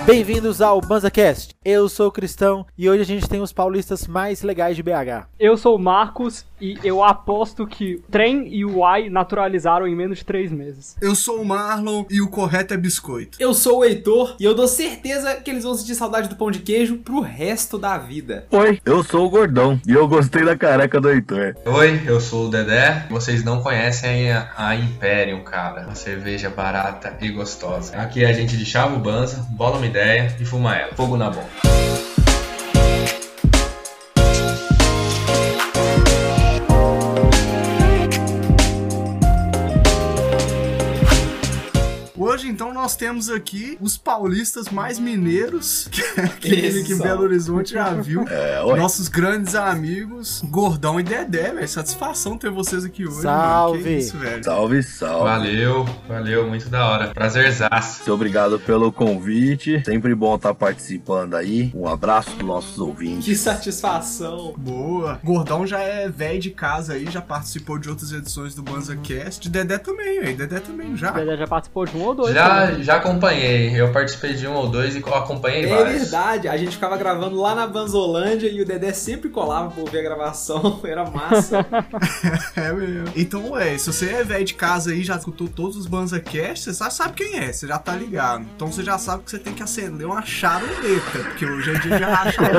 Bem-vindos ao BanzaCast. Eu sou o Cristão e hoje a gente tem os paulistas mais legais de BH. Eu sou o Marcos e eu aposto que o trem e o Y naturalizaram em menos de 3 meses. Eu sou o Marlon e o correto é biscoito. Eu sou o Heitor e eu dou certeza que eles vão sentir saudade do pão de queijo pro resto da vida. Oi, eu sou o Gordão e eu gostei da careca do Heitor. Oi, eu sou o Dedé. Vocês não conhecem a Imperium, cara. Uma cerveja barata e gostosa. Aqui a gente chava o banza, bola uma ideia e fuma ela. Fogo na bomba. Hoje, então, nós temos aqui os paulistas mais mineiros que em Belo Horizonte já viu. Nossos grandes amigos, Gordão e Dedé, velho. Satisfação ter vocês aqui hoje. Salve! Mano. Que isso, velho. Salve, salve. Valeu, muito da hora. Prazerzaço. Muito obrigado pelo convite. Sempre bom estar participando aí. Um abraço para nossos ouvintes. Que satisfação. Boa. Gordão já é velho de casa aí, já participou de outras edições do BanzaCast. Dedé também, velho. Dedé também já. Dedé já participou de um ou dois. Já acompanhei. Eu participei de um ou dois e acompanhei vários. É verdade. A gente ficava gravando lá na Banzolândia e o Dedé sempre colava pra ouvir a gravação. Era massa. É mesmo. Então, se você é velho de casa aí, já escutou todos os BanzaCast, você já sabe quem é, você já tá ligado. Então você já sabe que você tem que acender uma charuleta, porque hoje é dia de rachar.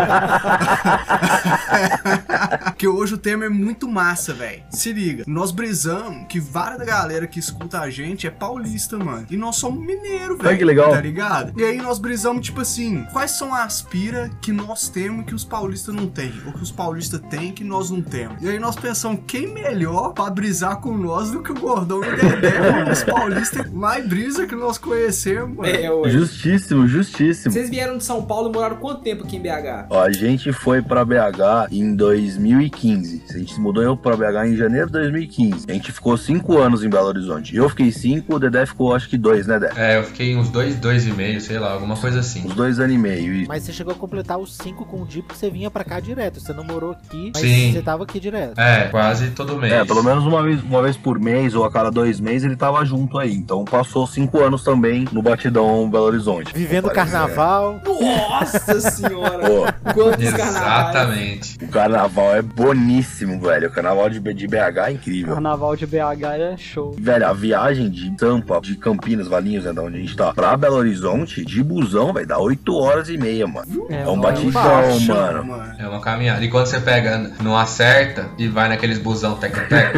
Porque hoje o tema é muito massa, velho. Se liga, nós brisamos que várias da galera que escuta a gente é paulista, mano. E nós somos mineiro, velho. Olha que legal. Tá ligado? E aí nós brisamos, tipo assim, quais são as pira que nós temos que os paulistas não têm? Ou que os paulistas têm que nós não temos? E aí nós pensamos, quem melhor pra brisar com nós do que o Gordão e o Dedé, mano? Os paulistas mais brisa que nós conhecemos, mano. Justíssimo. Vocês vieram de São Paulo e moraram quanto tempo aqui em BH? Ó, a gente foi pra BH em 2015. A gente se mudou pra BH em janeiro de 2015. A gente ficou 5 anos em Belo Horizonte. Eu fiquei 5, o Dedé ficou acho que 2, né, Dedé? Eu fiquei uns 2,5, sei lá, alguma coisa assim. Uns 2 anos e meio. Mas você chegou a completar os 5 com o Di porque você vinha pra cá direto. Você não morou aqui, mas Sim. você tava aqui direto. Quase todo mês. Pelo menos uma vez por mês ou a cada 2 meses ele tava junto aí. Então passou 5 anos também no Batidão Belo Horizonte. Vivendo carnaval. Nossa senhora! Pô, Quantos carnavais! Exatamente. o carnaval é boníssimo, velho. O carnaval de BH é incrível. Carnaval de BH é show. Velho, a viagem de Tampa, de Campinas, Valinhos, né, da onde a gente tá, pra Belo Horizonte, de busão, vai dar 8 horas e meia, mano. É um batidão, mano. É uma caminhada. E quando você pega, não acerta e vai naqueles busão teco-teco,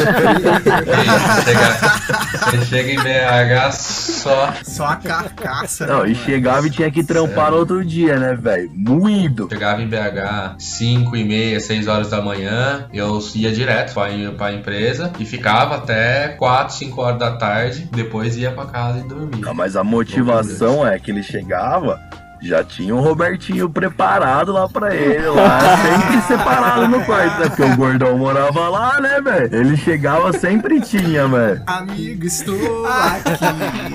você chega em BH Só a carcaça. Não, e chegava e tinha que trampar no outro dia, né, velho? Moído. Chegava em BH 5h30, 6 horas da manhã, eu ia direto pra empresa e ficava até 4, 5 horas da tarde, depois ia pra casa e dormia. Mas a motivação é que ele chegava, já tinha um Robertinho preparado lá pra ele, lá, sempre separado no quarto, né? Porque o Gordão morava lá, né, velho? Ele chegava, sempre tinha, velho. Amigo, estou aqui.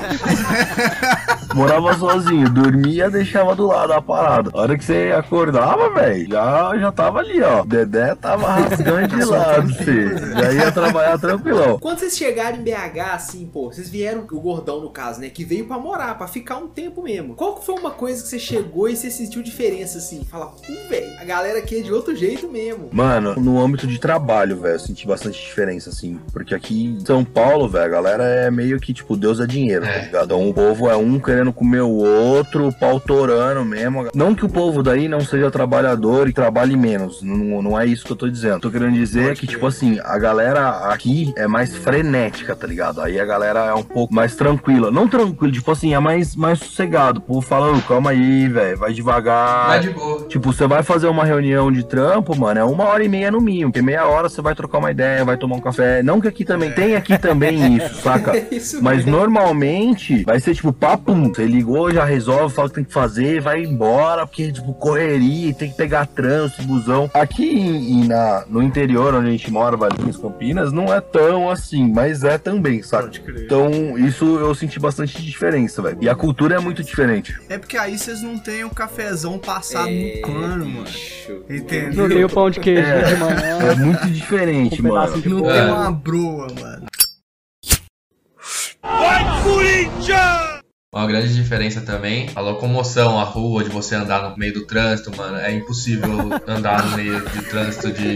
Morava sozinho, dormia, deixava do lado a parada. A hora que você acordava, velho, já tava ali, ó. Dedé tava rasgando de lado, você. Já ia trabalhar tranquilão. Quando vocês chegaram em BH, assim, pô, vocês vieram, o Gordão no caso, né, que veio pra morar, pra ficar um tempo mesmo. Qual que foi uma coisa que você chegou e você sentiu diferença, assim? Fala, velho, a galera aqui é de outro jeito mesmo. Mano, no âmbito de trabalho, velho, eu senti bastante diferença, assim. Porque aqui em São Paulo, velho, a galera é meio que, tipo, Deus é dinheiro, tá ligado? Então, o povo é um querendo comer o outro, o pau torando mesmo. Não que o povo daí não seja trabalhador e trabalhe menos. Não é isso que eu tô dizendo. Tô querendo dizer que, tipo assim, a galera aqui é mais frenética, tá ligado? Aí a galera é um pouco mais tranquila. Não tranquila, tipo assim, é mais sossegado. O povo fala, calma aí, velho, vai devagar. Vai de boa. Tipo, você vai fazer uma reunião de trampo, mano, é 1h30 no mínimo. Porque meia hora você vai trocar uma ideia, vai tomar um café. Não que aqui também tem aqui também isso, saca? Isso Mas mesmo. Normalmente vai ser tipo, papum, você ligou, já resolve, fala o que tem que fazer, vai embora, porque tipo, correria, tem que pegar trânsito, busão. Aqui no interior, onde a gente mora, Valinhos, Campinas, não é tão assim, mas é também, sabe? Então, isso eu senti bastante diferença, velho. E a cultura é muito diferente. É porque aí vocês não têm o cafezão passado no cano, mano. Entendeu? Não tem o pão de queijo de manhã. É muito diferente, Um mano. pedaço de Não pão. tem uma broa, mano. Vai, Corinthians! Uma grande diferença também, a locomoção, a rua, de você andar no meio do trânsito, mano, é impossível andar no meio de trânsito de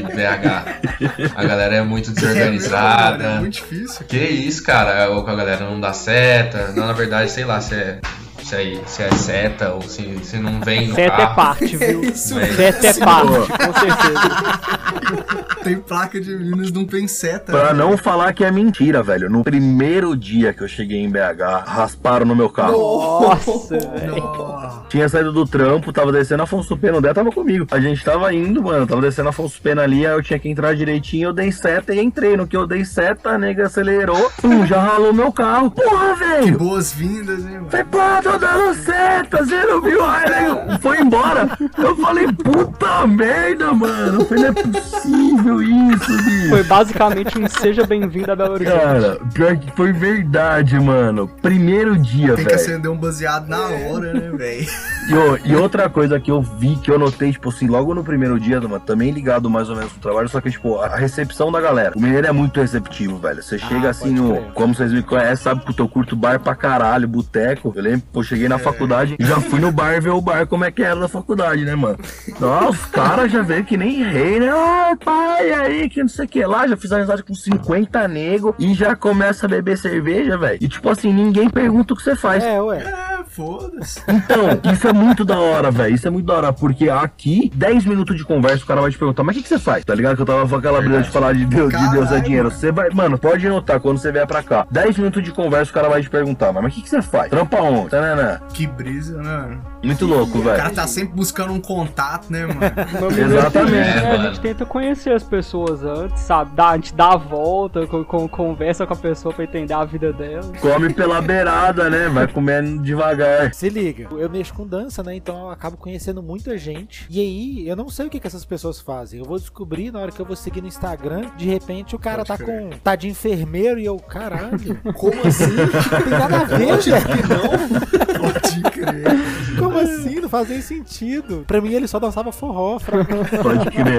BH. A galera é muito desorganizada. É muito difícil. Que isso, cara, a galera não dá seta. Não, na verdade, sei lá se é seta ou se não vem no Seta carro. é parte, viu? isso Seta é parte, com certeza. Tem placa de Minas, não tem seta. Pra né? não falar que é mentira, velho. No primeiro dia que eu cheguei em BH, rasparam no meu carro. Nossa, velho. Nossa. Tinha saído do trampo, tava descendo Afonso Pena, o Dé tava comigo. A gente tava indo, mano, tava descendo Afonso Pena ali, aí eu tinha que entrar direitinho, eu dei seta e entrei. No que eu dei seta, a nega acelerou, já ralou meu carro. Porra, Que velho! boas-vindas, hein, mano? Falei, pô, tô dando seta, você não viu? Aí nego foi embora. Eu falei, puta merda, mano. Eu falei, não é possível isso, bicho. Foi basicamente um seja bem-vindo a Belo Horizonte. Cara, pior que foi verdade, mano. Primeiro dia, Tem que velho. acender um baseado na hora, né, velho? E outra coisa que eu vi, que eu notei, tipo assim, logo no primeiro dia, mano, também ligado mais ou menos com o trabalho, só que, tipo, a recepção da galera. O mineiro é muito receptivo, velho. Você chega assim, pode crer. como vocês me conhecem, sabe que eu curto bar pra caralho, boteco. Eu lembro, pô, cheguei na faculdade e já fui no bar ver o bar como é que era na faculdade, né, mano? Nossa, os caras já veio que nem rei, né? Ah, pai, aí, que não sei o que lá. Já fiz amizade com 50 nego e já começa a beber cerveja, velho. E, tipo assim, ninguém pergunta o que você faz. Ué. É, foda-se. Então, isso é muito da hora, velho. Isso é muito da hora, porque aqui, 10 minutos de conversa, o cara vai te perguntar, mas o que você faz? Tá ligado? Que eu tava com aquela brilha de falar de Deus é dinheiro. Você vai, mano, pode notar quando você vier pra cá. 10 minutos de conversa, o cara vai te perguntar, mas o que você faz? Trampa onde? Tanana. Que brisa, né? Muito louco, O velho. cara tá sempre buscando um contato, né, mano? Exatamente. A gente tenta conhecer as pessoas antes, sabe? A gente dá a volta, conversa com a pessoa pra entender a vida dela. Come pela beirada, né? Vai comendo devagar. Se liga, eu mexo com dança, né? Então eu acabo conhecendo muita gente. E aí, eu não sei o que essas pessoas fazem. Eu vou descobrir na hora que eu vou seguir no Instagram. De repente, o cara tá de enfermeiro e eu, caralho. Como assim? Não tem nada a ver, velho. Pode crer. Como assim? Não fazia sentido. Pra mim, ele só dançava forró, fraco. Pode crer.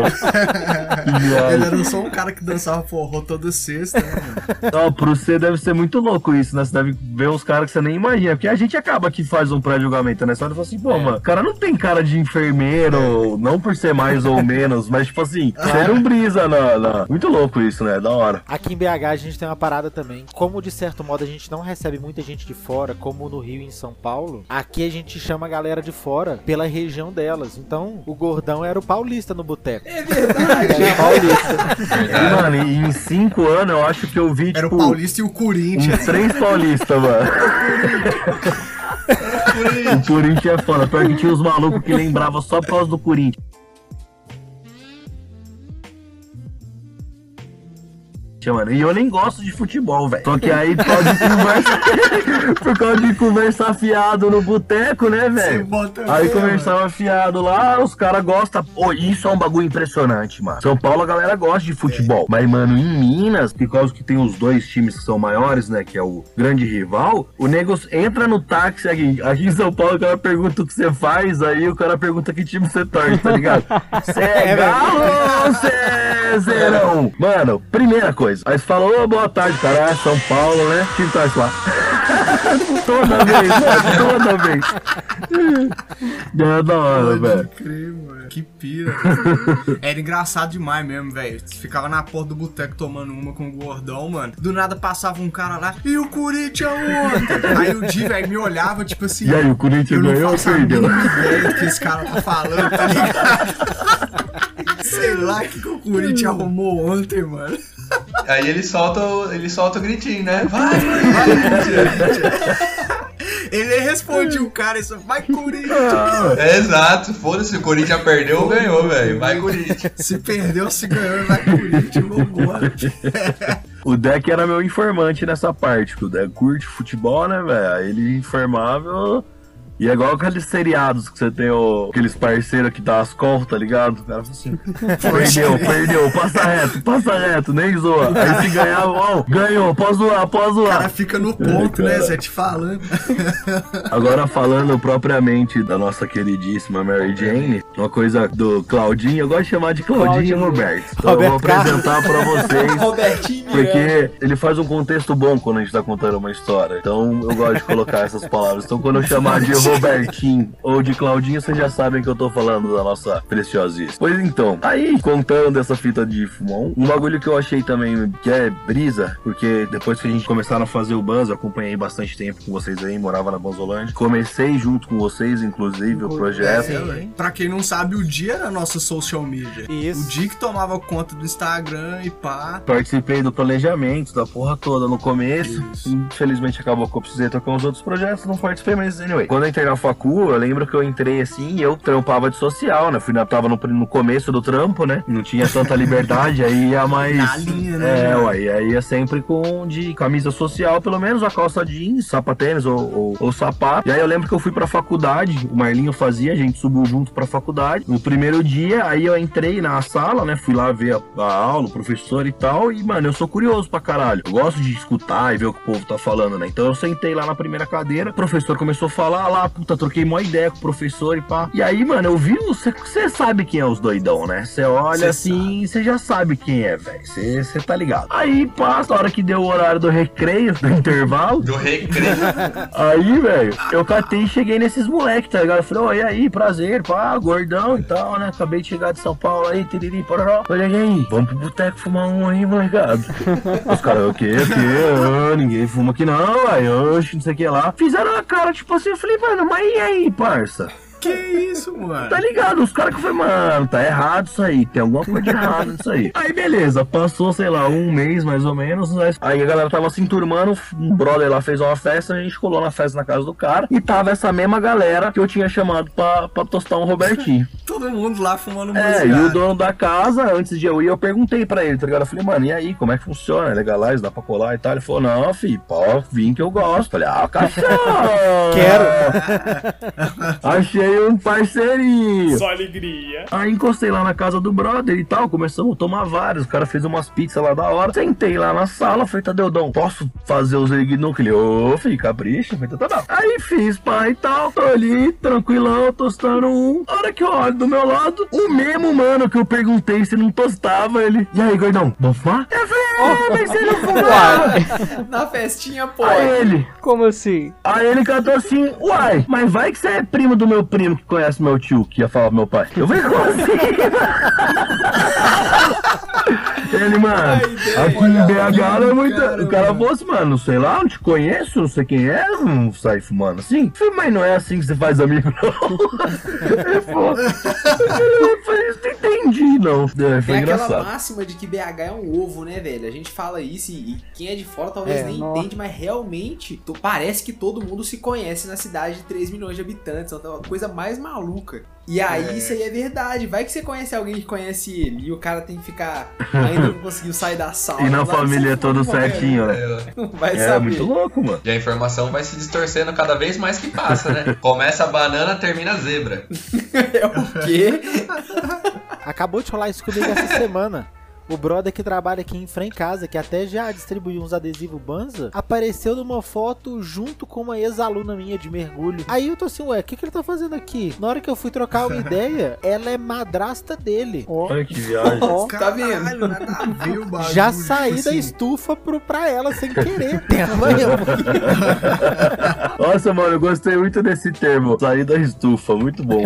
Ele era só um cara que dançava forró toda sexta, né, mano? Não, pro você deve ser muito louco isso, né? Você deve ver uns caras que você nem imagina. Porque a gente acaba que faz um pré-julgamento, né? Só fala assim, pô, mano, o cara não tem cara de enfermeiro, não por ser mais ou menos, mas tipo assim, você não brisa na. Muito louco isso, né? Da hora. Aqui em BH a gente tem uma parada também. Como de certo modo a gente não recebe muita gente de fora, como no Rio e em São Paulo, aqui a gente chama a galera de fora pela região delas. Então, o gordão era o paulista no boteco. É verdade. Era o paulista. E, mano, em 5 anos eu acho que eu vi, Era tipo, o Paulista e o Corinthians. uns 3 paulistas, mano. O Corinthians é foda. Pior que tinha os malucos que lembravam só por causa do Corinthians. Mano. E eu nem gosto de futebol, velho. Só que aí por causa de conversar fiado no boteco, né, velho? Aí conversava fiado lá, os caras gostam. Pô, isso é um bagulho impressionante, mano. São Paulo a galera gosta de futebol. Mas, mano, em Minas, por causa que tem os dois times que são maiores, né, que é o grande rival, o nego entra no táxi aqui em São Paulo, o cara pergunta o que você faz, aí o cara pergunta que time você torce, tá ligado? Cê é galo ou cê é zerão? Mano, primeira coisa. Aí você fala, ô, boa tarde, cara, é São Paulo, né? Que torce lá? Toda vez, mano, toda vez. É da hora, velho. Mano. Que pira. Era engraçado demais mesmo, velho. Ficava na porta do boteco tomando uma com o gordão, mano. Do nada passava um cara lá, e o Corinthians ontem? Aí o Di, velho, me olhava, tipo assim. E aí, o Corinthians ganhou ou perdeu? Eu não faço a mínima ideia do que esse cara tá falando, tá ligado? Sei lá o que o Corinthians arrumou ontem, mano. Aí ele solta o gritinho, né? Vai, Corinthians! Ele respondia o cara, isso, vai Corinthians! É exato, foda-se, o Corinthians perdeu ou ganhou, velho. Vai, Corinthians. Se perdeu, se ganhou, vai Corinthians, vambora. O Deck era meu informante nessa parte, que o Deck curte futebol, né, velho? Aí ele informava, E é igual aqueles seriados que você tem aqueles parceiros que dá as calls, tá ligado? O cara fala assim, perdeu, passa reto, nem zoa. Aí se ganhar, ganhou, pode zoar. O cara fica no ponto, né, Zé, te falando. Agora falando propriamente da nossa queridíssima Mary Jane, uma coisa do Claudinho, eu gosto de chamar de Claudinho Roberto. Então eu vou apresentar pra vocês, Robertinho, porque ele faz um contexto bom quando a gente tá contando uma história. Então eu gosto de colocar essas palavras. Então quando eu chamar de Robertinho ou de Claudinho, vocês já sabem que eu tô falando da nossa preciosíssima. Pois então, aí contando dessa fita de Fumão, um bagulho que eu achei também que é brisa, porque depois que a gente começaram a fazer o Banza, eu acompanhei bastante tempo com vocês aí, morava na Banzolândia. Comecei junto com vocês, inclusive, o projeto. Pra quem não sabe, o Dia era a nossa social media. Isso. O Dia que tomava conta do Instagram e pá. Participei do planejamento, da porra toda no começo. Isso. Infelizmente acabou que eu precisei tocar os outros projetos, não participei, mas anyway. Quando eu entrei na facu, eu lembro que eu entrei assim e eu trampava de social, né? Tava no começo do trampo, né? Não tinha tanta liberdade, aí ia mais... Na linha, né? Aí ia sempre de camisa social, pelo menos a calça jeans, sapatênis ou sapato. E aí eu lembro que eu fui pra faculdade, o Marlinho fazia, a gente subiu junto pra faculdade. No primeiro dia, aí eu entrei na sala, né? Fui lá ver a aula, o professor e tal. E, mano, eu sou curioso pra caralho. Eu gosto de escutar e ver o que o povo tá falando, né? Então eu sentei lá na primeira cadeira, o professor começou a falar lá, puta, troquei mó ideia com o professor e pá. E aí, mano, eu vi, você sabe quem é os doidão, né? Você olha assim, você já sabe quem é, velho. Você tá ligado. Aí, pá, na hora que deu o horário do recreio, do intervalo. Do recreio. Aí, velho, eu catei e cheguei nesses moleques, tá ligado? Eu falei, e aí, prazer, pá, gordão e tal, né? Acabei de chegar de São Paulo aí, tiriri, pororó. Falei, e aí, vamos pro boteco fumar um aí, molecado. Os caras, o quê? Ninguém fuma aqui não, aí, oxe, não sei o que lá. Fizeram a cara, tipo assim, eu falei, mano, mas e aí, parça? Que isso, mano? Tá ligado? Os caras que foi, mano, tá errado isso aí, tem alguma coisa de errado nisso aí. Aí beleza, passou, sei lá, um mês mais ou menos. Aí a galera tava se enturmando, um brother lá fez uma festa, a gente colou na festa na casa do cara. E tava essa mesma galera que eu tinha chamado pra tostar um Robertinho. Todo mundo lá fumando e o dono da casa, antes de eu ir, eu perguntei pra ele, tá ligado? Eu falei, mano, e aí, como é que funciona? É legalize, dá pra colar e tal? Ele falou, não, filho, pode vir que eu gosto. Falei, cachorro! Quero! Achei um parceirinho. Só alegria. Aí encostei lá na casa do brother e tal, começamos a tomar vários. O cara fez umas pizzas lá da hora. Sentei lá na sala, falei, Tadeudão, posso fazer os erguinucos? Ele, filho, capricha. Falei, tá. Aí fiz, pai e tal. Tô ali, tranquilão, tostando um. A hora que eu olho do meu lado, o mesmo mano que eu perguntei se não tostava, ele, e aí, gordão, vamos fumar? Eu falei, mas você não fumava. Na festinha, pô. Aí ele, Como assim? Aí ele cantou assim, uai, mas vai que você é primo do meu primo que conhece meu tio, que ia falar pro meu pai. Eu falei, como assim? Ele, mano, aqui em BH não é muito... O cara falou assim, mano, sei lá, não te conheço, não sei quem é, não sai fumando assim. Eu falei, mas não é assim que você faz amigo, não. Ele falou, eu falei, não entendi, não. Foi Tem engraçado. aquela máxima de que BH é um ovo, né, velho? A gente fala isso e quem é de fora talvez nem entende, mas realmente parece que todo mundo se conhece na cidade de 3 milhões de habitantes. Então é uma coisa mais maluca. E aí isso aí é verdade. Vai que você conhece alguém que conhece ele e o cara tem que ficar... Ainda não conseguiu sair da sala. E na família é todo certinho, né? Não vai É saber. muito louco, mano. E a informação vai se distorcendo cada vez mais que passa, né? Começa a banana, termina a zebra. É o quê? Acabou de rolar isso comigo essa semana. O brother que trabalha aqui em frente em casa, que até já distribuiu uns adesivos Banza, apareceu numa foto junto com uma ex-aluna minha de mergulho. Aí eu tô assim, ué, o que ele tá fazendo aqui? Na hora que eu fui trocar uma ideia, ela é madrasta dele. Olha que viagem. Tá vendo? Caralho, nada a ver o bagulho, Já tipo saí da assim. estufa pra ela sem querer. Ela eu. Nossa, mano, eu gostei muito desse termo. Sair da estufa, muito bom.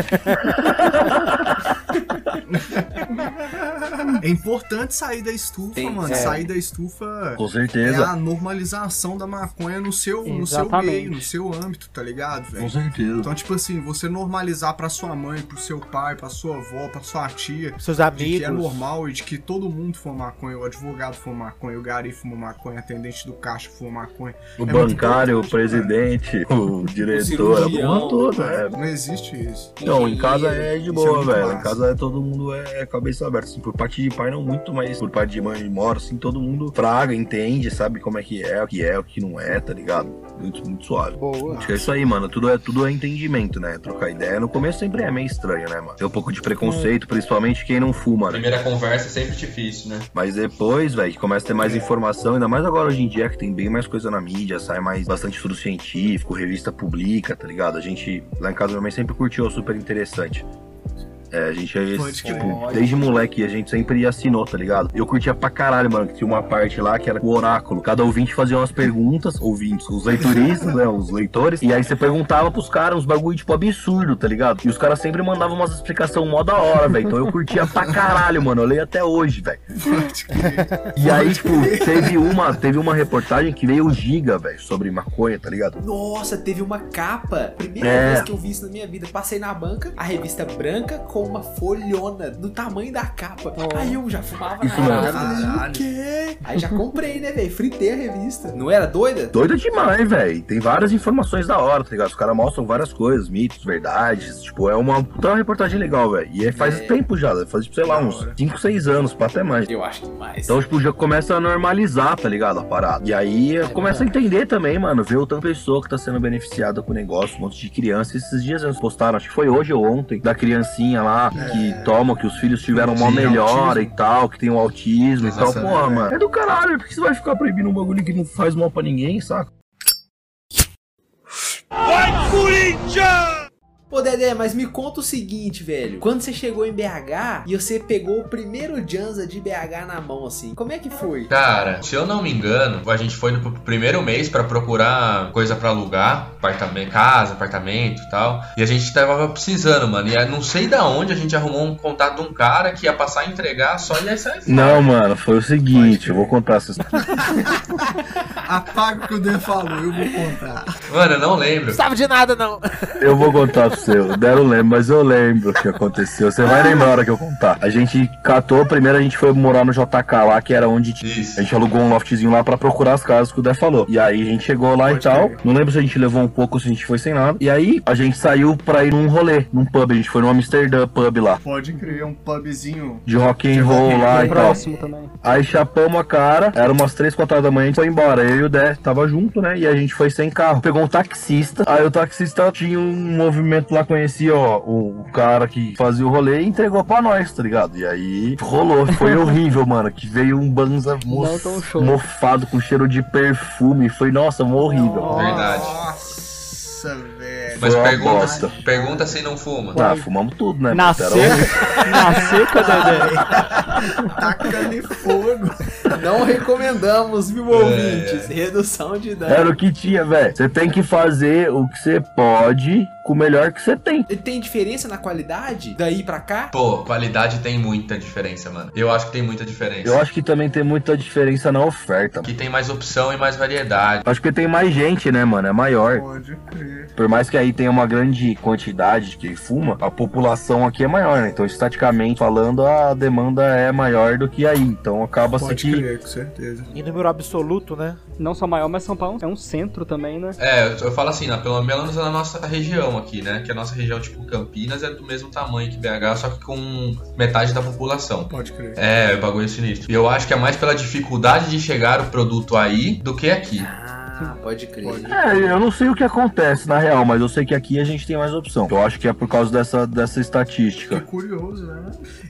É importante sair da estufa, Sim, mano. Sair da estufa Com é certeza. a normalização da maconha no seu Exatamente. meio, no seu âmbito, tá ligado, velho? Com certeza. Então, tipo assim, você normalizar pra sua mãe, pro seu pai, pra sua avó, pra sua tia, Seus de amigos. que é normal e de que todo mundo fuma maconha, o advogado fuma maconha, o gari fuma maconha, o atendente do caixa fuma maconha. O É muito bancário, o importante, presidente, o diretor, a cirurgião, porra toda. Não existe isso. Não, em casa é de boa, muito velho. Em massa. casa todo mundo é cabeça aberta. Assim, por parte de de pai não muito, mas por parte de mãe mora, assim, todo mundo fraga, entende, sabe como é, o que não é, tá ligado? Muito suave. Boa. Acho que é isso aí, mano. Tudo é entendimento, né? Trocar ideia. No começo sempre é meio estranho, né, mano? Tem um pouco de preconceito, principalmente quem não fuma, né? Primeira conversa é sempre difícil, né? Mas depois, velho, que começa a ter mais informação, ainda mais agora hoje em dia, que tem bem mais coisa na mídia, sai bastante estudo científico, revista publica, tá ligado? A gente, lá em casa, minha mãe sempre curtiu, super interessante. A gente, tipo, desde moleque, a gente sempre assinou, tá ligado? Eu curtia pra caralho, mano, que tinha uma parte lá que era o oráculo. Cada ouvinte fazia umas perguntas, os leitoristas, né, os leitores, e aí você perguntava pros caras uns bagulho, tipo, absurdo, tá ligado? E os caras sempre mandavam umas explicações mó da hora, velho. Então eu curtia pra caralho, mano, eu leio até hoje, velho. E aí, tipo, teve uma reportagem que veio o Giga, velho, sobre maconha, tá ligado? Nossa, teve uma capa. Primeira vez que eu vi isso na minha vida. Passei na banca, a revista branca com uma folhona do tamanho da capa. Aí eu já fumava Isso na hora. mesmo. Eu falei, o quê? Aí já comprei, né, velho? Fritei a revista. Não era doida? Doida demais, velho. Tem várias informações da hora, tá ligado? Os caras mostram várias coisas, mitos, verdades. Tipo, é uma reportagem legal, velho. E faz tempo já, faz, tipo, sei lá, uns 5, 6 anos, pra até mais. Eu acho que mais. Então, tipo, já começa a normalizar, tá ligado? A parada. E aí começa a entender também, mano, ver o tanto de pessoa que tá sendo beneficiada com o negócio, um monte de criança. Esses dias eles postaram, acho que foi hoje ou ontem, da criancinha lá que toma, que os filhos tiveram uma melhora e tal, que tem o autismo e tal. Porra, mano. É do caralho, porque você vai ficar proibindo um bagulho que não faz mal pra ninguém, saca? Vai, Corinthians! Pô, Dedé, mas me conta o seguinte, velho. Quando você chegou em BH e você pegou o primeiro Janza de BH na mão, assim, como é que foi? Cara, se eu não me engano, a gente foi no primeiro mês pra procurar coisa pra alugar, casa, apartamento e tal. E a gente tava precisando, mano. E não sei da onde a gente arrumou um contato de um cara que ia passar a entregar só e ia sair fora. Não, mano, foi o seguinte, eu vou contar essa história. Apaga o que o Dan falou, eu vou contar. Mano, eu não lembro. Não sabe de nada, não. Eu vou contar pra você, eu não lembro, mas eu lembro o que aconteceu. Você vai lembrar a hora que eu contar. A gente catou, primeiro a gente foi morar no JK lá, que era onde Isso. a gente alugou um loftzinho lá pra procurar as casas que o Dé falou. E aí a gente chegou lá e tal. Não lembro se a gente levou um pouco ou se a gente foi sem nada. E aí a gente saiu pra ir num rolê, num pub. A gente foi no Amsterdã Pub lá. Pode crer, um pubzinho De rock and roll lá e tal. Próximo também. Aí chapamos a cara, era umas 3, 4 horas da manhã, a gente foi embora. Eu e o Dé tava junto, né? E a gente foi sem carro. Pegou um taxista. Aí o taxista tinha um movimento lá, conhecia, ó, o cara que fazia o rolê e entregou pra nós, tá ligado? E aí rolou. Foi horrível, mano. Que veio um banza mofado com cheiro de perfume. Foi, nossa, horrível. Verdade. Nossa, velho. Mas Foi uma bosta. pergunta se não fuma. Ah, fumamos tudo, né? Na Era seca, Dedé. Tacando em fogo. Não recomendamos, viu, ouvintes? Redução de dano. Era o que tinha, velho. Você tem que fazer o que você pode com o melhor que você tem. E tem diferença na qualidade daí pra cá? Pô, qualidade tem muita diferença, mano. Eu acho que tem muita diferença. Eu acho que também tem muita diferença na oferta. Que tem mais opção e mais variedade. Acho que tem mais gente, né, mano? É maior. Pode crer. Por mais que aí tenha uma grande quantidade de quem fuma, a população aqui é maior, né? Então, estaticamente falando, a demanda é maior do que aí. Então, acaba-se Pode que... crer, com certeza. Em número absoluto, né? Não só maior, mas São Paulo é um centro também, né? Eu falo assim, pelo menos na nossa região aqui, né? Que a nossa região, tipo Campinas, é do mesmo tamanho que BH, só que com metade da população. Pode crer. É, bagulho sinistro. E eu acho que é mais pela dificuldade de chegar o produto aí do que aqui. Ah, pode crer. eu não sei o que acontece, na real, mas eu sei que aqui a gente tem mais opção. Eu acho que é por causa dessa estatística. Que curioso, né?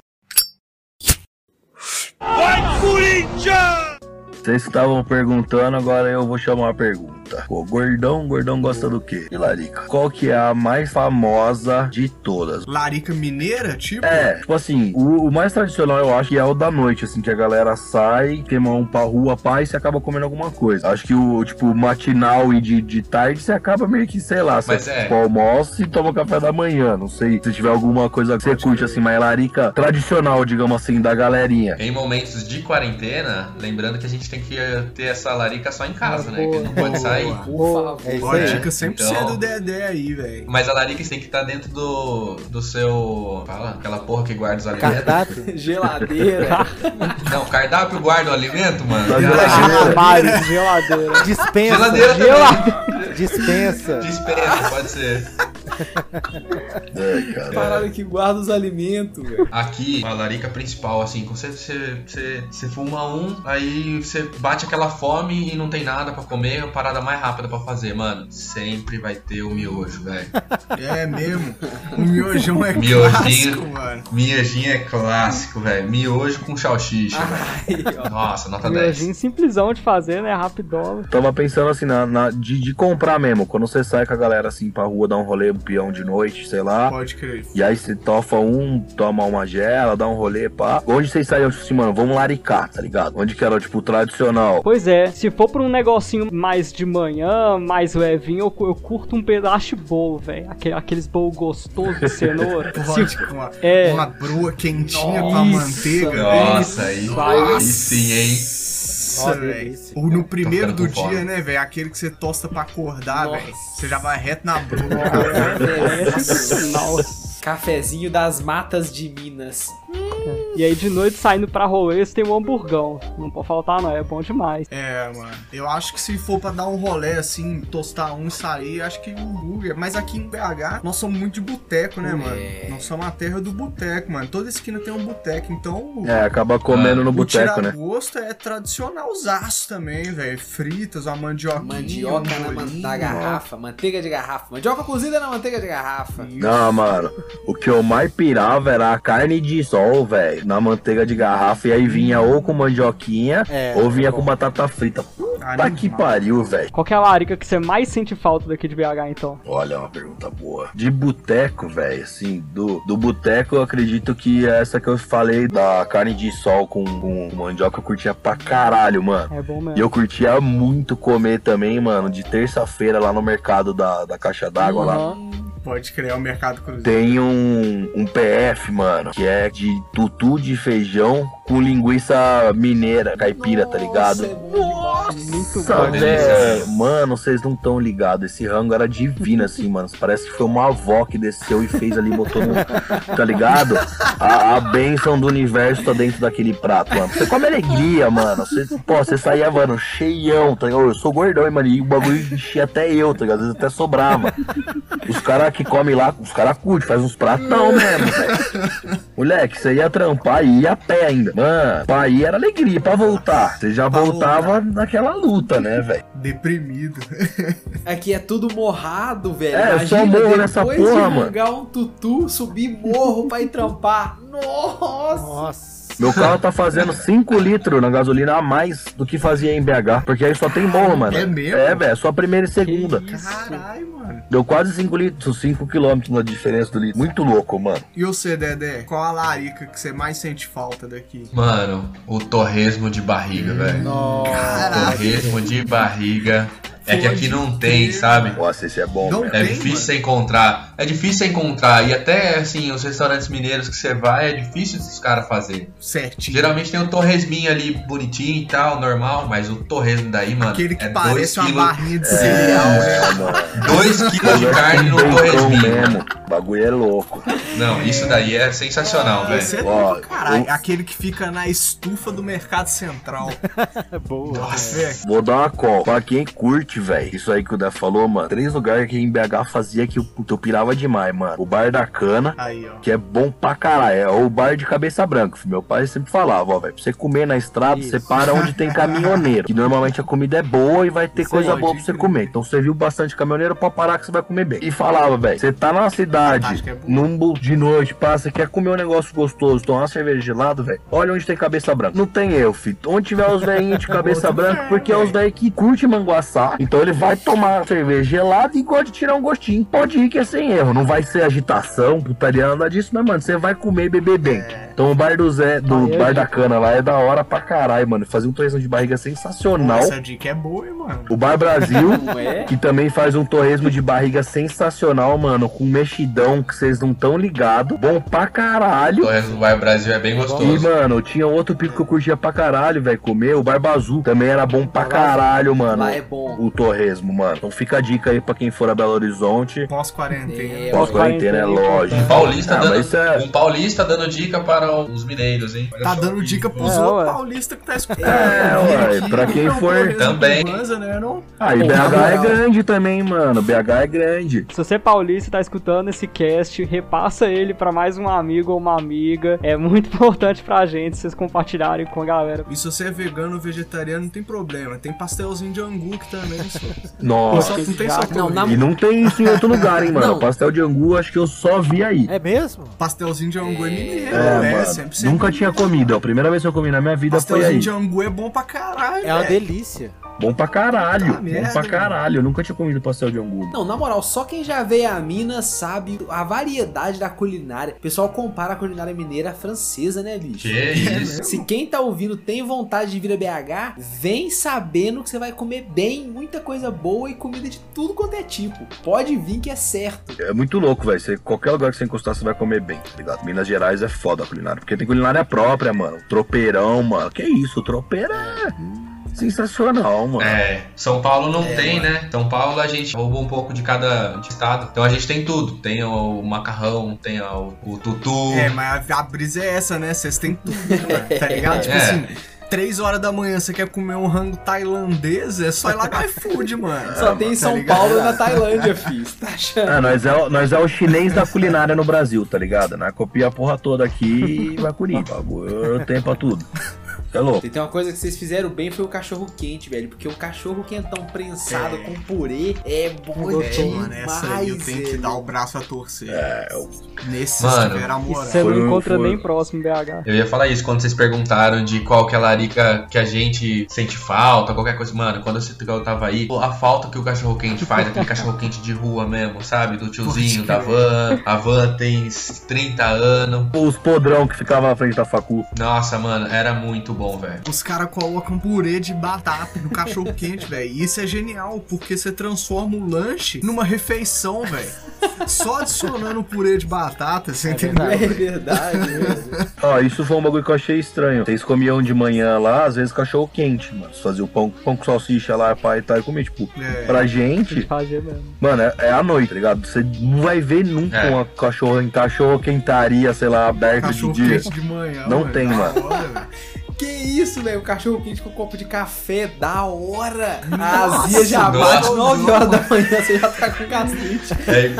Vai, Corinthians! Vocês estavam perguntando, agora eu vou chamar a pergunta. Pô, Gordão gosta do quê? E Larica? Qual que é a mais famosa de todas? Larica mineira, tipo? Tipo assim, o mais tradicional eu acho que é o da noite, assim, que a galera sai, queima um pra rua, pá, e você acaba comendo alguma coisa. Acho que o, tipo, matinal e de tarde, você acaba meio que, sei lá, você almoça e toma café da manhã, não sei se tiver alguma coisa que você curte, assim, mas Larica tradicional, digamos assim, da galerinha. Em momentos de quarentena, lembrando que a gente tem que ter essa larica só em casa, né? Que não pode sair. Por favor. Ó, dica 100% Então, do Dedé aí, velho. Mas a larica tem que estar dentro do seu... Fala, aquela porra que guarda os alimentos. Cardápio. Geladeira. Não, cardápio guarda o alimento, mano. Geladeira. Dispensa. Geladeira também. Dispensa. Dispensa, pode ser. cara. Parada que guarda os alimentos, velho. Aqui, a larica principal, assim, quando você fuma um, aí você bate aquela fome e não tem nada pra comer, é a parada mais rápida pra fazer, mano. Sempre vai ter o miojo, velho. É mesmo. O miojão é Miojinho, clássico, mano. miojinho é clássico, velho. Miojo com salsicha, velho. Aí, ó. Nossa, nota Miojinho 10. simplesão de fazer, né? Rapidola. Tava pensando assim, de comprar mesmo. Quando você sai com a galera assim pra rua, dar um rolê, um peão de noite, sei lá. Pode crer. E aí você tofa toma uma gela, dá um rolê, pá. Onde vocês saíam, tipo assim, mano, vamos laricar, tá ligado? Onde que era, tipo, tradicional. Pois é, se for pra um negocinho mais de manhã, mais levinho, eu curto um pedaço de bolo, velho. Aqueles bolos gostosos de cenoura. Pode, com uma broa quentinha com a Isso. manteiga. Nossa, aí sim, hein? Nossa, velho. Ou no primeiro do ficando com dia, fome. né, velho? Aquele que você tosta pra acordar, Nossa. velho. Você já vai reto na broa. É sensacional. Cafezinho das matas de Minas. E aí de noite saindo pra rolês tem um hamburgão. Não pode faltar não, é bom demais. É, mano. Eu acho que se for pra dar um rolê assim, tostar um e sair, acho que hambúrguer. Mas aqui em BH, nós somos muito de boteco, né, mano? Nós somos a terra do boteco, mano. Toda esquina tem um boteco, então. É, acaba comendo no O boteco, né? tira-gosto é tradicionalzaço também, velho. Fritas, uma mandioquinha. Mandioca um na bolinho. da garrafa. Manteiga de garrafa. Mandioca cozida na manteiga de garrafa. Não, mano. O que eu mais pirava era a carne de sol, velho, na manteiga de garrafa. E aí vinha ou com mandioquinha, ou vinha com batata frita. Puta que pariu, velho. Qual que é a larica que você mais sente falta daqui de BH, então? Olha, é uma pergunta boa. De boteco, velho, assim, do boteco, eu acredito que essa que eu falei da carne de sol com mandioca eu curtia pra caralho, mano. É bom mesmo. E eu curtia muito comer também, mano, de terça-feira lá no mercado da Caixa d'Água lá. Pode criar o mercado cruzeiro. Tem um PF, mano, que é de tutu de feijão com linguiça mineira, caipira, tá ligado? Muito Nossa, bom. velho. Mano, vocês não tão ligados. Esse rango era divino, assim, mano. Parece que foi uma avó que desceu e fez ali, botou no. Tá ligado? A bênção do universo tá dentro daquele prato, mano. Você come alegria, mano. Você saía, mano, cheião, tá ligado? Eu sou gordão, mano. E o bagulho enchia até eu, tá ligado? Às vezes até sobrava. Os caras que comem lá, os caras curtem, faz uns pratão mesmo, velho. Moleque, você ia trampar e ia a pé ainda. Mano, pra ir era alegria, pra voltar. Você já voltava naquela luta, né, velho? Deprimido. Aqui é tudo morrado, velho. É, eu só Imagina morro nessa depois porra, de mano. jogar um tutu, subir morro pra ir trampar. Nossa! Nossa. Meu carro tá fazendo 5 litros na gasolina a mais do que fazia em BH. Porque aí só tem morro, mano. É mesmo? É, velho, só a primeira e segunda. Caralho, mano. Deu quase 5 litros, 5 quilômetros na diferença do litro. Muito louco, mano. E você, Dedé? Qual a larica que você mais sente falta daqui? Mano, o torresmo de barriga, velho. Torresmo de barriga. É que aqui não tem, sabe? Nossa, esse é bom, Não velho. É tem, difícil mano. você encontrar. É difícil você encontrar. E até, assim, os restaurantes mineiros que você vai, é difícil esses caras fazerem. Certinho. Geralmente tem o torresminho ali, bonitinho e tal, normal. Mas o torresmo daí, mano, Aquele que é parece 2 uma quilos. barrinha de cereal, né? É, mano. 2 quilos de carne no Bacon torresminho. mesmo. O bagulho é louco. Não, isso daí é sensacional, Esse é velho. Ó, louco, caralho. eu- Aquele que fica na estufa do Mercado Central. Boa. Nossa, Vou dar uma call. Pra quem curte, velho, isso aí que o Dé falou, mano. 3 lugares que em BH fazia que eu pirava demais, mano. O Bar da Cana, Aí, ó. que é bom pra caralho. É o bar de cabeça branca. Meu pai sempre falava, ó, velho, pra você comer na estrada, Isso. você para onde tem caminhoneiro. Que normalmente a comida é boa e vai ter Isso coisa aí, boa pode pra você crer. comer. Então você viu bastante caminhoneiro pra parar que você vai comer bem. E falava, velho, você tá na cidade, Acho que é bom. de noite, passa, quer comer um negócio gostoso, tomar uma cerveja gelada, velho. Olha onde tem cabeça branca. Não tem eu, filho. Onde tiver os velhinhos de cabeça branca, porque é os velhos que curte manguaçá. Então ele vai tomar cerveja gelada e gosta de tirar um gostinho. Pode ir que é sem erro. Não vai ser agitação, putaria, nada disso, mas, mano, você vai comer e beber bem. Então o bar do Zé, do Aí é Bar da dica. Cana lá é da hora pra caralho, mano. Fazia um torresmo de barriga sensacional. Essa dica é boa, hein, mano. O Bar Brasil, Não é? que também faz um torresmo de barriga sensacional, mano, com mexidão que vocês não tão ligados. Bom pra caralho. O torresmo do Bar Brasil é bem E, gostoso. mano, tinha outro pico que eu curtia pra caralho, velho, comer. O Barba Azul também era bom pra caralho, mano. Lá é bom. o torresmo, mano. Então fica a dica aí pra quem for a Belo Horizonte. Pós-quarentena. Pós-quarentena é lógico. Um paulista dando dica para os mineiros, hein? Tá dando dica pros outros paulistas que tá escutando. Ué, pra quem for também. Né, não? E BH é grande também, mano. BH é grande. Se você é paulista e tá escutando esse cast, repassa ele pra mais um amigo ou uma amiga. É muito importante pra gente vocês compartilharem com a galera. E se você é vegano ou vegetariano, não tem problema. Tem pastelzinho de angu que também, só. Nossa. Não tem só não, E não tem isso em outro lugar, hein, mano. Não. Pastel de angu, acho que eu só vi aí. É mesmo? Pastelzinho de angu é mineiro, Mano, sempre. nunca tinha comido. A primeira vez que eu comi na minha vida foi aí. Pastelzinho de angu é bom pra caralho, É uma velho. delícia. Bom pra caralho. Tá merda, Bom pra caralho. Eu nunca tinha comido pastel de angu. Não, na moral, só quem já veio a Minas sabe a variedade da culinária. O pessoal compara a culinária mineira à francesa, né, bicho? Que isso? Se quem tá ouvindo tem vontade de vir a BH, vem sabendo que você vai comer bem, muita coisa boa e comida de tudo quanto é tipo. Pode vir que é certo. É muito louco, velho. Qualquer lugar que você encostar, você vai comer bem, tá ligado? Minas Gerais é foda a culinária. Porque tem culinária própria, mano. Tropeirão, mano. Que isso? Tropeiro é sensacional, mano. São Paulo não tem, né? São Paulo a gente roubou um pouco de cada estado. Então a gente tem tudo. Tem o macarrão, tem o tutu. Mas a brisa é essa, né? Vocês têm tudo, né? Tá ligado? Tipo assim, 3 horas da manhã você quer comer um rango tailandês, é só ir lá no iFood, mano. Só tem em São Paulo e na Tailândia, filho. Tá achando? Nós é o chinês da culinária no Brasil, tá ligado? Nós copia a porra toda aqui e vai por aí. Eu tenho pra tudo. É louco. E tem uma coisa que vocês fizeram bem, foi o cachorro quente, velho. Porque o cachorro quentão prensado com purê é bom demais. Mano, essa aí eu tenho que dar o braço a torcer. Nesse Mano, tiver a moral. Você não encontra nem próximo em BH. Eu ia falar isso quando vocês perguntaram de qual que é a larica que a gente sente falta, qualquer coisa. Mano, quando eu tava aí, a falta que o cachorro quente faz, aquele cachorro quente de rua mesmo, sabe? Do tiozinho, da van. A van tem 30 anos. Os podrão que ficavam na frente da facu. Nossa, mano, era muito bom, velho. Os caras colocam purê de batata no cachorro quente, velho. E isso é genial, porque você transforma o lanche numa refeição, velho. Só adicionando purê de batata, você entendeu? É verdade mesmo. Isso foi um bagulho que eu achei estranho. Vocês comiam de manhã lá, às vezes cachorro quente, mano. Você fazia o pão com salsicha lá, pai e tal, e comia, tipo, pra gente, mano, é à noite, tá ligado? Você não vai ver nunca uma cachorro quentaria, sei lá, aberta cachorro de dia. Quente de manhã, não mano. tem, mano. Que isso, velho? O cachorro quente com um copo de café, da hora. A azia já bate 9 horas da manhã, você já tá com gastrite.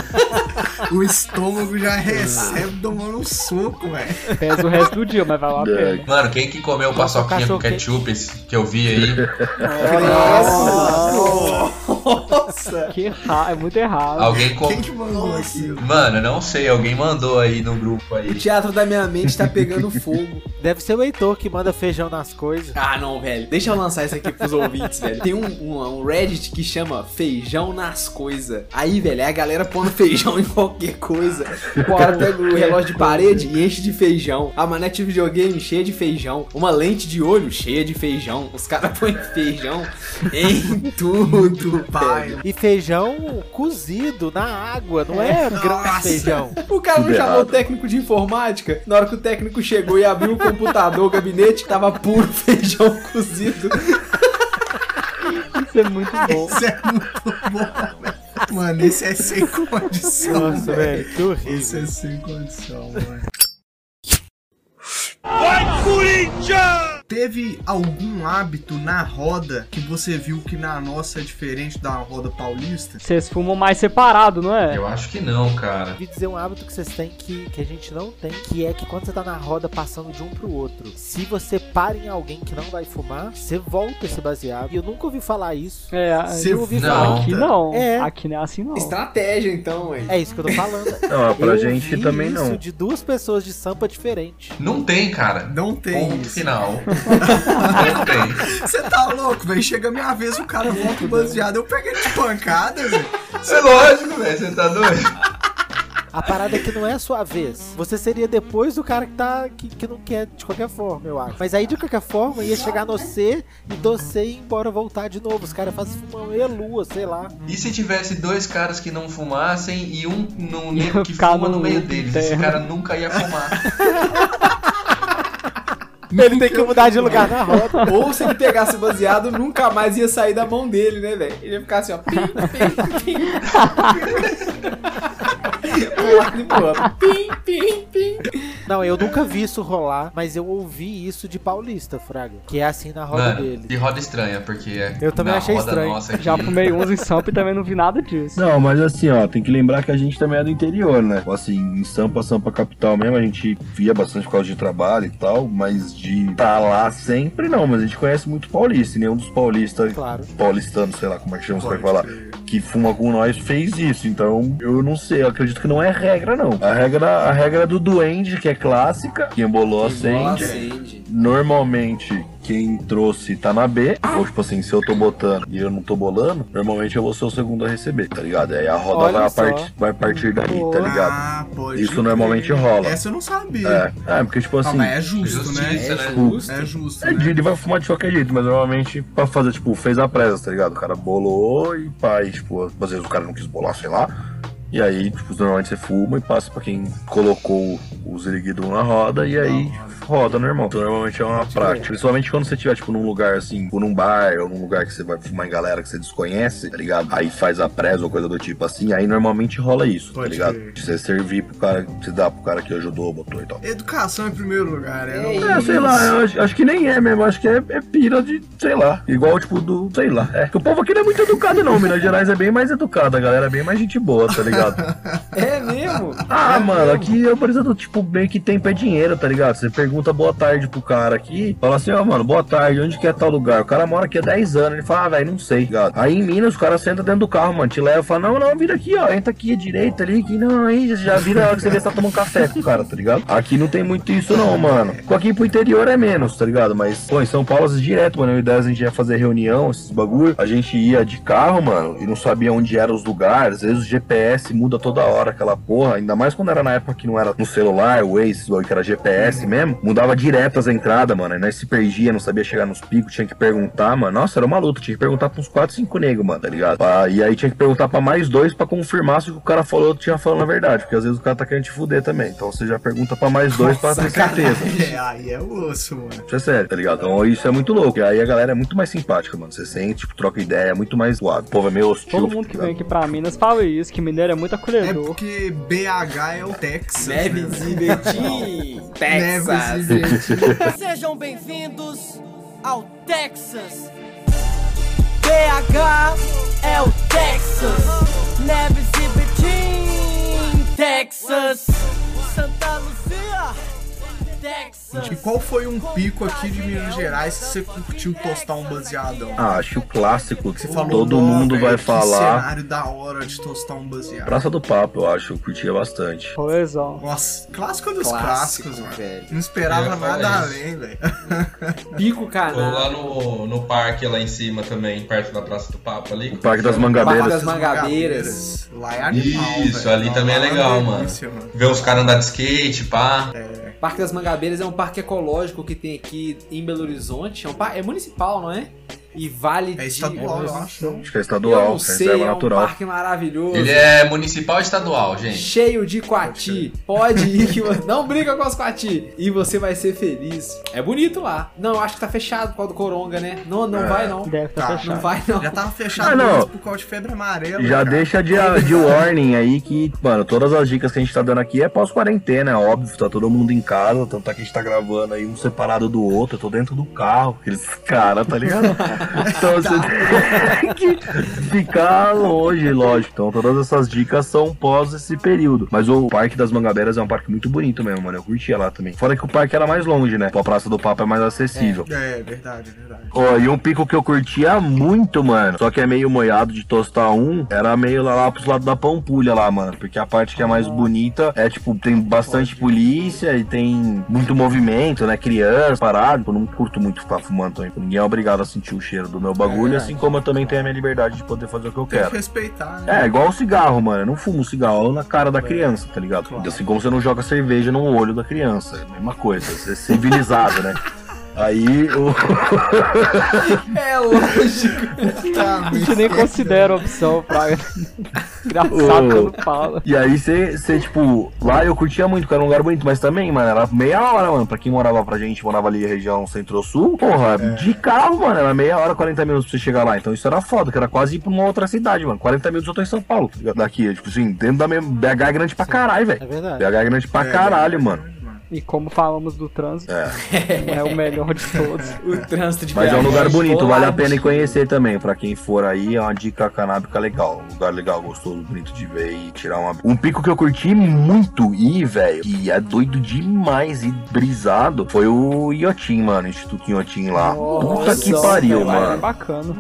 O estômago já recebe tomando um soco, velho. Pesa o resto do dia, mas vai lá a pena. Mano, quem que comeu paçoquinha com ketchup que eu vi aí? Nossa! Que errado, é muito errado. Alguém Quem que mandou aquilo? Mano, não sei, alguém mandou aí no grupo aí. O teatro da minha mente tá pegando fogo. Deve ser o Heitor que manda feijão nas coisas. Ah, não, velho. Deixa eu lançar isso aqui pros ouvintes, velho. Tem um Reddit que chama Feijão nas Coisas. Aí, velho, é a galera pondo feijão em qualquer coisa. O cara pega o relógio de parede e enche de feijão. A manete de videogame cheia de feijão. Uma lente de olho cheia de feijão. Os caras põem feijão em tudo, pai. E feijão cozido na água, não é grão de feijão. O cara não chamou o técnico de informática? Na hora que o técnico chegou e abriu o computador, o gabinete, tava puro feijão cozido. Isso é muito bom. Isso é muito bom, velho. Mano, esse é sem condição. Nossa, velho, que horrível. Esse é sem condição, mano. Vai, Corinthians! Teve algum hábito na roda que você viu que na nossa é diferente da roda paulista? Vocês fumam mais separado, não é? Eu acho que não, cara. Ouvi dizer um hábito que vocês têm que a gente não tem, que é que quando você tá na roda passando de um pro outro, se você para em alguém que não vai fumar, você volta esse baseado. E eu nunca ouvi falar isso. Você eu ouvi não. falar. Aqui não. É. Aqui não é assim, não. Estratégia, então, hein? É isso que eu tô falando. Não, pra Eu gente vi também isso não. de duas pessoas de Sampa diferentes. Não tem, cara. Não tem Ponto isso. final. Não tem. Você tá louco, velho? Chega a minha vez, o cara volta o baseado, eu pego ele de pancada, velho. É lógico, velho. Você tá doido? A parada é que não é a sua vez. Você seria depois do cara que não quer de qualquer forma, eu acho. Mas aí, de qualquer forma, ia chegar no C e você ir embora voltar de novo. Os caras fazem fumão e lua, sei lá. E se tivesse dois caras que não fumassem e um nego que Ficar fuma no no meio loop deles? interno. Esse cara nunca ia fumar. Ele tem que mudar de lugar na roda. Ou se ele pegasse o baseado, nunca mais ia sair da mão dele, né, velho? Ele ia ficar assim, ó. Pim, pim, pim. Pim, pim, pim. Não, eu nunca vi isso rolar, mas eu ouvi isso de paulista, Fraga. Que é assim na roda Mano, dele. de roda estranha, porque Eu também na achei roda estranho. nossa aqui- Já fumei uns em Sampa e também não vi nada disso. Não, mas assim, ó, tem que lembrar que a gente também é do interior, né? Assim, em Sampa capital mesmo, a gente via bastante por causa de trabalho e tal, mas de tá lá sempre não, mas a gente conhece muito paulista, e nenhum dos paulistas, Claro. paulistanos, sei lá como é que chama, você vai falar, que fuma com nós fez isso, então eu não sei, eu acredito que não é regra não. A regra do duende, que é clássica, quem embolou acende. Acende. Normalmente, quem trouxe tá na B, ou tipo assim, se eu tô botando e eu não tô bolando, normalmente eu vou ser o segundo a receber, tá ligado? Aí a roda Olha vai, só. vai partir daí, Boa. tá ligado? Ah, pode Isso crer. normalmente rola. Essa eu não sabia. Porque tipo Ah, assim, mas é justo, né? Justiça, É né? justo. É justo, ele vai fumar de qualquer jeito, mas normalmente pra fazer, tipo, fez a presa, tá ligado? O cara bolou e pá, e, tipo, às vezes o cara não quis bolar, sei lá. E aí, tipo, normalmente você fuma e passa pra quem colocou o ziriguidum na roda e aí roda normal. Então normalmente é uma prática. Principalmente quando você estiver, tipo, num lugar assim, tipo, num bar ou num lugar que você vai fumar em galera que você desconhece, tá ligado? Aí faz a presa ou coisa do tipo assim, aí normalmente rola isso, Pode tá ligado? crer. De você servir pro cara, você dá pro cara que ajudou, botou e tal. Educação em primeiro lugar, Sei lá, eu acho que nem é mesmo, acho que é pira de, sei lá, igual tipo do, sei lá, que o povo aqui não é muito educado não, Minas Gerais é bem mais educado, a galera é bem mais gente boa, tá ligado? É mesmo? Mano, aqui eu preciso, tipo, bem que tempo é dinheiro, tá ligado? Você pergunta boa tarde pro cara aqui, fala assim, mano, boa tarde, onde que é tal lugar? O cara mora aqui há 10 anos, ele fala, velho, não sei, tá ligado? Aí em Minas, o cara senta dentro do carro, mano, te leva e fala, não, vira aqui, ó, entra aqui à direita ali, que não, aí já vira a hora que você vê se tá tomando café com o cara, tá ligado? Aqui não tem muito isso não, mano. Aqui pro interior é menos, tá ligado? Mas, pô, em São Paulo, às vezes direto, mano, a ideia a gente ia fazer reunião, esses bagulho, a gente ia de carro, mano, e não sabia onde eram os lugares, às vezes o GPS muda toda hora, aquela porra, ainda mais quando era na época que não era no celular, o Waze, que era GPS mesmo, mudava direto as entradas, mano, aí nós se perdia, não sabia chegar nos picos, tinha que perguntar, mano, nossa, era uma luta, tinha que perguntar pra uns 4, 5 negros, mano, tá ligado? E aí tinha que perguntar pra mais 2 pra confirmar se o que o cara falou tinha falado a verdade, porque às vezes o cara tá querendo te fuder também, então você já pergunta pra mais 2 pra ter certeza. Aí é osso, mano. Isso é sério, tá ligado? Então isso é muito louco, e aí a galera é muito mais simpática, mano, você sente, tipo, troca ideia, é muito mais suave, o povo é meio hostil. Todo mundo que vem aqui pra Minas fala isso, que mineiro é muito É acolhedor. porque BH é o Texas. Neves né? e Betim. Texas. Neves e Betim. Sejam bem-vindos ao Texas. BH é o Texas. Neves e Betim, Texas. Santa Luzia, Texas. E qual foi um pico aqui de Minas Gerais que você curtiu tostar um baseadão? Acho que o clássico que Você falou, todo "Nó, mundo velho, vai que falar. cenário da hora de tostar um baseado. Praça do Papo, eu acho, eu curtia bastante. Rolezão. Nossa, clássico dos Clássico, clássicos, mano. velho. Não esperava Eu ia falar nada isso. além, velho. Pico Tô canal. lá no parque, lá em cima também, perto da Praça do Papo ali. O Parque das Parque Mangabeiras. das Mangabeiras. Lá é animal, Isso, velho. ali também é Lá uma legal, mano. delícia, mano. Ver os caras andar de skate, pá. Parque das Mangabeiras é um parque ecológico que tem aqui em Belo Horizonte. É municipal, não é? E vale É estadual, eu acho. Acho que é Eu estadual, não é sei, reserva é um natural. parque maravilhoso. Ele é municipal ou estadual, gente? Cheio de coati. Pode ir que você não briga com as coati. E você vai ser feliz. É bonito lá. Não, acho que tá fechado por causa do Coronga, né? Não vai não. Deve estar Tá, fechado. Não vai não. Já tava fechado não. antes por causa de febre amarela. Já cara. deixa de warning aí que, mano, todas as dicas que a gente tá dando aqui é pós-quarentena, é óbvio, tá todo mundo em casa, tanto é que a gente tá gravando aí um separado do outro, eu tô dentro do carro, aqueles caras, tá ligado? Então você tem que ficar longe, lógico. Então todas essas dicas são pós esse período. Mas o Parque das Mangabeiras é um parque muito bonito mesmo, mano, eu curtia lá também. Fora que o parque era mais longe, né? A Praça do Papo é mais acessível. É, verdade. E um pico que eu curtia muito, mano, só que é meio moiado de tostar um, era meio lá pros lados da Pampulha lá, mano, porque a parte que é mais bonita é, tipo, tem bastante polícia e tem muito movimento, né, criança, parado, eu não curto muito ficar fumando também, ninguém é obrigado a sentir o cheiro do meu bagulho, assim como eu também tenho a minha liberdade de poder fazer o que eu Tem que quero. respeitar, né? É, igual o cigarro, mano, eu não fumo cigarro na cara da criança, tá ligado? Claro. Assim como você não joga cerveja no olho da criança, é a mesma coisa, você é civilizado, né? Aí o. É lógico. A gente nem considera a opção pra engraçado quando fala. E aí você, tipo, lá eu curtia muito, porque era um lugar bonito, mas também, mano, era meia hora, mano. Pra quem morava morava ali na região centro-sul, porra, de carro, mano, era meia hora, 40 minutos pra você chegar lá. Então isso era foda, que era quase ir pra uma outra cidade, mano. 40 minutos eu tô em São Paulo, tá ligado? Daqui, tipo assim, dentro da mesma. BH é grande pra caralho, velho. É verdade. BH é grande pra caralho, mano. E como falamos do trânsito, não é o melhor de todos. O trânsito de Mas é um BH lugar bonito, vale a colado. pena ir conhecer também. Pra quem for aí, é uma dica canábica legal. Um lugar legal, gostoso, bonito de ver e tirar uma. Um pico que eu curti muito ir, velho, que é doido demais e brisado, foi o Iotim, mano. Instituto Iotim lá. Puta que pariu, É mano. bacana.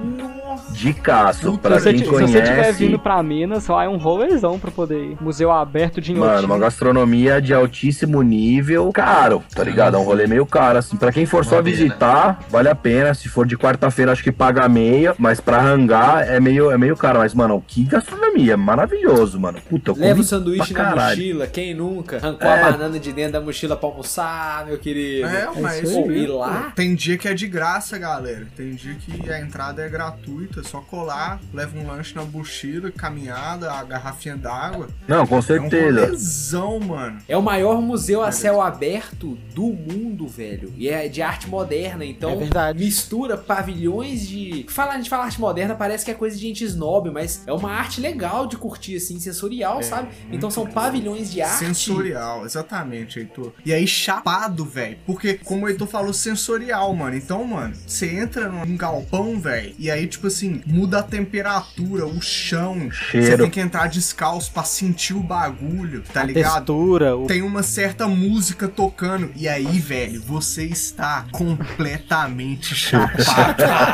Dicaço, pra Se quem você estiver conhece. vindo pra Minas, lá é um rolezão pra poder ir. Museu aberto de Mano, uma gastronomia de altíssimo nível, caro, tá ligado? É um rolê meio caro, assim. Pra quem for só visitar, vale a pena. Se for de quarta-feira, acho que paga meia. Mas pra hangar é meio caro. Mas, mano, que gastronomia, maravilhoso, mano. Puta, eu Leva comi o sanduíche pra na caralho. mochila, quem nunca? Arrancou a banana de dentro da mochila pra almoçar, meu querido. Mas Pô, e lá? tem dia que é de graça, galera. Tem dia que a entrada é gratuita, é só colar, leva um lanche na mochila, caminhada, a garrafinha d'água. Não, com É um certeza. rolezão, mano. É o maior museu a céu aberto do mundo, velho. E é de arte moderna, então É verdade. mistura pavilhões de... A gente fala arte moderna, parece que é coisa de gente snob, mas é uma arte legal de curtir, assim, sensorial, sabe? Então são pavilhões de arte. Sensorial, exatamente, Heitor. E aí, chapado, velho. Porque, como o Heitor falou, sensorial, mano. Então, mano, você entra num galpão, velho, e aí, tipo assim, muda a temperatura, o chão. Cheiro. Você tem que entrar descalço pra sentir o bagulho, tá A ligado? textura, Tem uma certa música tocando. E aí, velho, você está completamente chapado.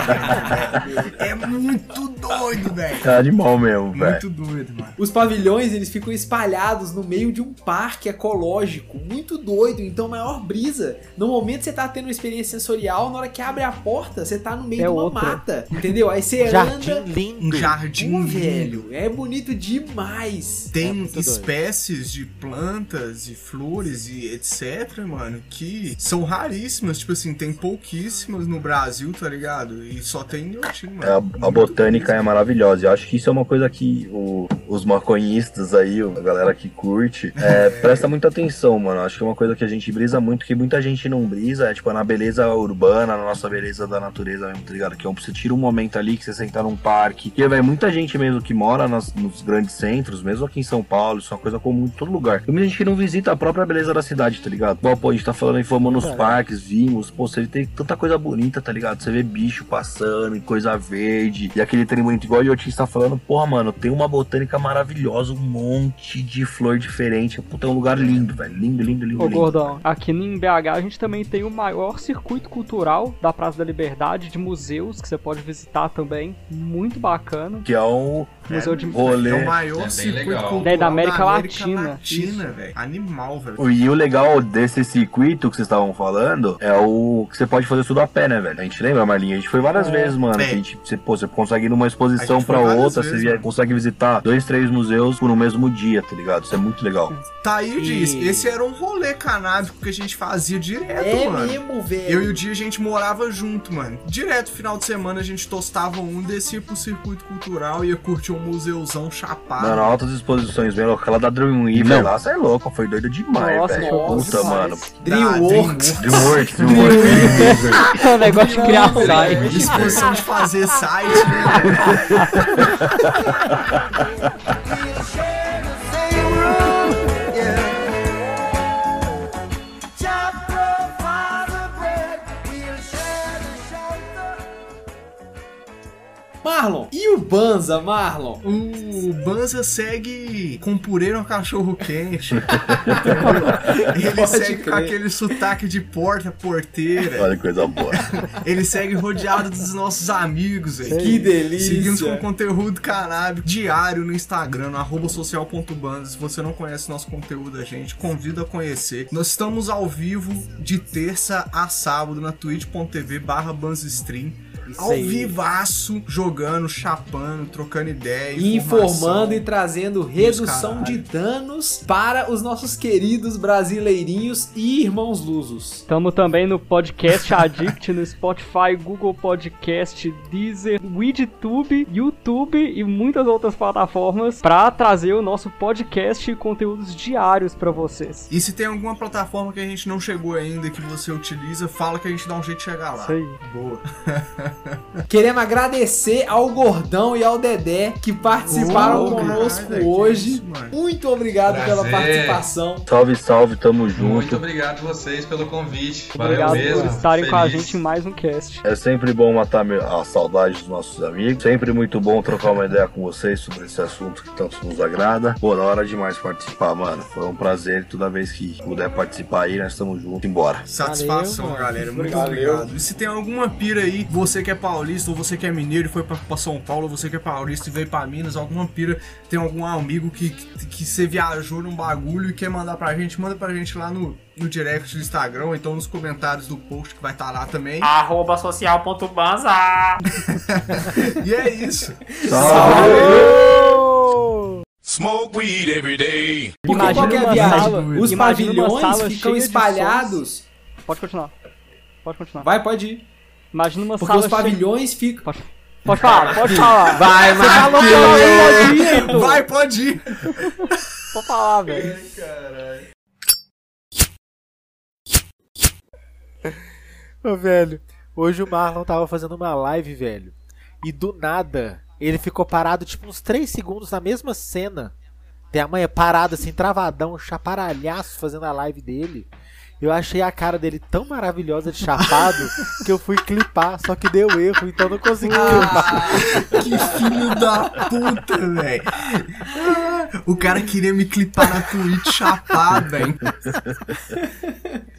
velho. É muito doido, velho. É animal mesmo, velho. Muito doido, mano. Os pavilhões, eles ficam espalhados no meio de um parque ecológico, muito doido, então maior brisa. No momento você tá tendo uma experiência sensorial, na hora que abre a porta, você tá no meio de uma mata, entendeu? Aí você jardim anda... lindo. Um jardim velho, é bonito demais. Tem muito doido. espécies de plantas e flores e etc, mano, que são raríssimas. Tipo assim, tem pouquíssimas no Brasil, tá ligado? E só tem em Iotim, mano. A botânica é maravilhosa. Eu acho que isso é uma coisa que os maconhistas aí, a galera que curte, presta muita atenção, mano. Acho que é uma coisa que a gente brisa muito, que muita gente não brisa, é tipo na beleza urbana, na nossa beleza da natureza mesmo, tá ligado? Que você tira um momento ali, que você senta num parque. E, velho, muita gente mesmo que mora nos grandes centros, mesmo aqui em São Paulo, isso é uma coisa comum em todo lugar. Tem muita gente que não visita a própria beleza da cidade, tá ligado? Bom, pô, a gente tá falando aí, fomos nos parques, vimos, pô, você tem tanta coisa bonita, tá ligado? Você vê bicho passando e coisa verde, e aquele trem bonito, igual o Yotin está falando, porra, mano, tem uma botânica maravilhosa, um monte de flor diferente. Puta, é um lugar lindo, velho. Lindo, lindo, lindo, Ô, lindo. Gordão, aqui em BH a gente também tem o maior circuito cultural da Praça da Liberdade, de museus, que você pode visitar também. Muito bacana. Que é um Museu de... rolê. É o maior bem circuito legal. cultural Da América Latina. velho. Animal, velho. E o legal desse circuito que vocês estavam falando é o que você pode fazer tudo a pé, né, velho? A gente lembra, Marlinha? A gente foi várias vezes, mano. É. Que a gente, você consegue ir numa exposição A gente pra foi várias outra, vezes, você mano. consegue visitar 2, 3 museus por um mesmo dia, tá ligado? Isso é muito legal. Tá aí, Diz. E- Esse era um rolê canábico que a gente fazia direto, É mano. mesmo, velho. Eu e o Dia a gente morava junto, mano. Direto, final de semana, a gente tostava descia pro circuito cultural e ia curtir um museuzão chapado. Mano, altas exposições mesmo. Aquela da Dreamweaver lá, você é louco, foi doida demais, Nossa, velho. foi bom Puta, demais. mano. DreamWorks. Dreamworks. É um negócio de criar site. Disposição de fazer site, né? Marlon, e o Banza, Marlon? O Banza segue com purê no cachorro quente. Ele Pode segue com crer. aquele sotaque de porta-porteira. Olha que coisa boa. Ele segue rodeado dos nossos amigos, velho. Que delícia. Seguimos com conteúdo canábico diário no Instagram, no @social.banza. Se você não conhece nosso conteúdo, a gente convida a conhecer. Nós estamos ao vivo de terça a sábado na twitch.tv/banzastream. ao vivaço, jogando, chapando, trocando ideia, informando e trazendo redução de danos para os nossos queridos brasileirinhos e irmãos lusos. Estamos também no Podcast Addict, no Spotify, Google Podcast, Deezer, WeedTube, YouTube e muitas outras plataformas para trazer o nosso podcast e conteúdos diários para vocês. E se tem alguma plataforma que a gente não chegou ainda que você utiliza, fala que a gente dá um jeito de chegar lá. Isso aí. Boa. Queremos agradecer ao Gordão e ao Dedé que participaram conosco hoje. Muito obrigado pela participação. Salve, salve, tamo junto. Muito obrigado a vocês pelo convite. Obrigado Valeu mesmo. por estarem com a Feliz. gente em mais um cast. É sempre bom matar a saudade dos nossos amigos. Sempre muito bom trocar uma ideia com vocês sobre esse assunto que tanto nos agrada. Pô, da hora demais participar, mano. Foi um prazer. Toda vez que puder participar aí, nós estamos juntos. Embora. Satisfação, Valeu, galera. Muito obrigado. E se tem alguma pira aí, você que é paulista, ou você que é mineiro e foi pra São Paulo, ou você que é paulista e veio pra Minas, alguma pira, tem algum amigo que você viajou num bagulho e quer mandar pra gente, manda pra gente lá no direct do Instagram, ou então nos comentários do post que vai estar lá também. @social.banza. E é isso. Smoke weed every day. Porque Imagina qualquer uma viagem, sala- os imagina uma pavilhões sala ficam cheia de espalhados. Pode continuar. Pode continuar. Vai, pode ir. Imagina uma Porque sala os pavilhões ficam... Pode falar, pode falar. Vai, Você falou que eu não pode ir, Heitor. Vai, pode ir. Pode falar, velho. Ô, velho, hoje o Marlon tava fazendo uma live, velho, e do nada ele ficou parado tipo uns 3 segundos na mesma cena. Tem a manha parado assim, travadão, chaparalhaço fazendo a live dele. Eu achei a cara dele tão maravilhosa de chapado que eu fui clipar, só que deu erro, então não consegui clipar. Que filho da puta, velho. O cara queria me clipar na Twitch chapado, velho.